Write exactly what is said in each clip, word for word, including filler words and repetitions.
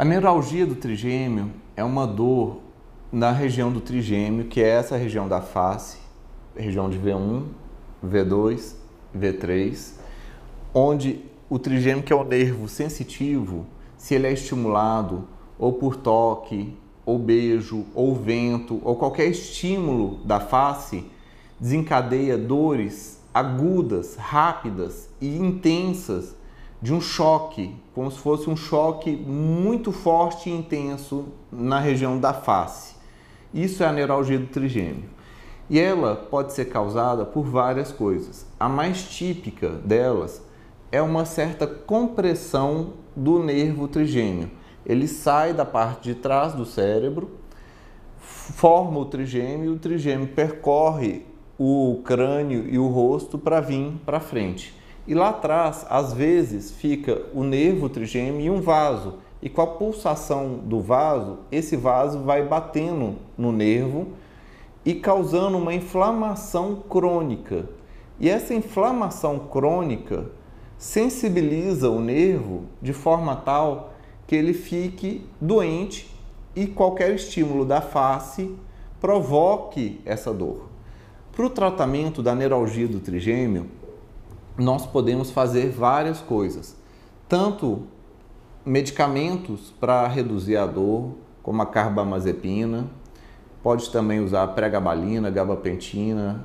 A neuralgia do trigêmeo é uma dor na região do trigêmeo, que é essa região da face, região de V um, V dois, V três, onde o trigêmeo, que é o nervo sensitivo, se ele é estimulado ou por toque, ou beijo, ou vento, ou qualquer estímulo da face, desencadeia dores agudas, rápidas e intensas de um choque, como se fosse um choque muito forte e intenso na região da face. Isso é a neuralgia do trigêmeo. E ela pode ser causada por várias coisas. A mais típica delas é uma certa compressão do nervo trigêmeo. Ele sai da parte de trás do cérebro, forma o trigêmeo e o trigêmeo percorre o crânio e o rosto para vir para frente. E lá atrás, às vezes, fica o nervo trigêmeo e um vaso. E com a pulsação do vaso, esse vaso vai batendo no nervo e causando uma inflamação crônica. E essa inflamação crônica sensibiliza o nervo de forma tal que ele fique doente e qualquer estímulo da face provoque essa dor. Para o tratamento da neuralgia do trigêmeo, nós podemos fazer várias coisas, tanto medicamentos para reduzir a dor, como a carbamazepina, pode também usar pregabalina, gabapentina,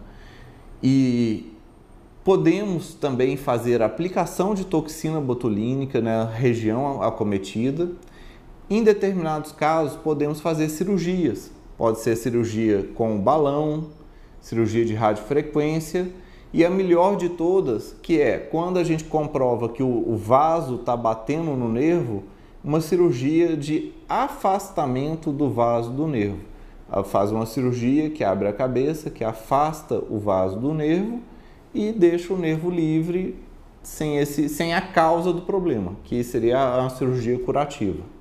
e podemos também fazer a aplicação de toxina botulínica na região acometida. Em determinados casos, podemos fazer cirurgias, pode ser cirurgia com balão, cirurgia de radiofrequência, e a melhor de todas, que é quando a gente comprova que o vaso está batendo no nervo, uma cirurgia de afastamento do vaso do nervo. Faz uma cirurgia que abre a cabeça, que afasta o vaso do nervo e deixa o nervo livre sem, esse, sem a causa do problema, que seria a cirurgia curativa.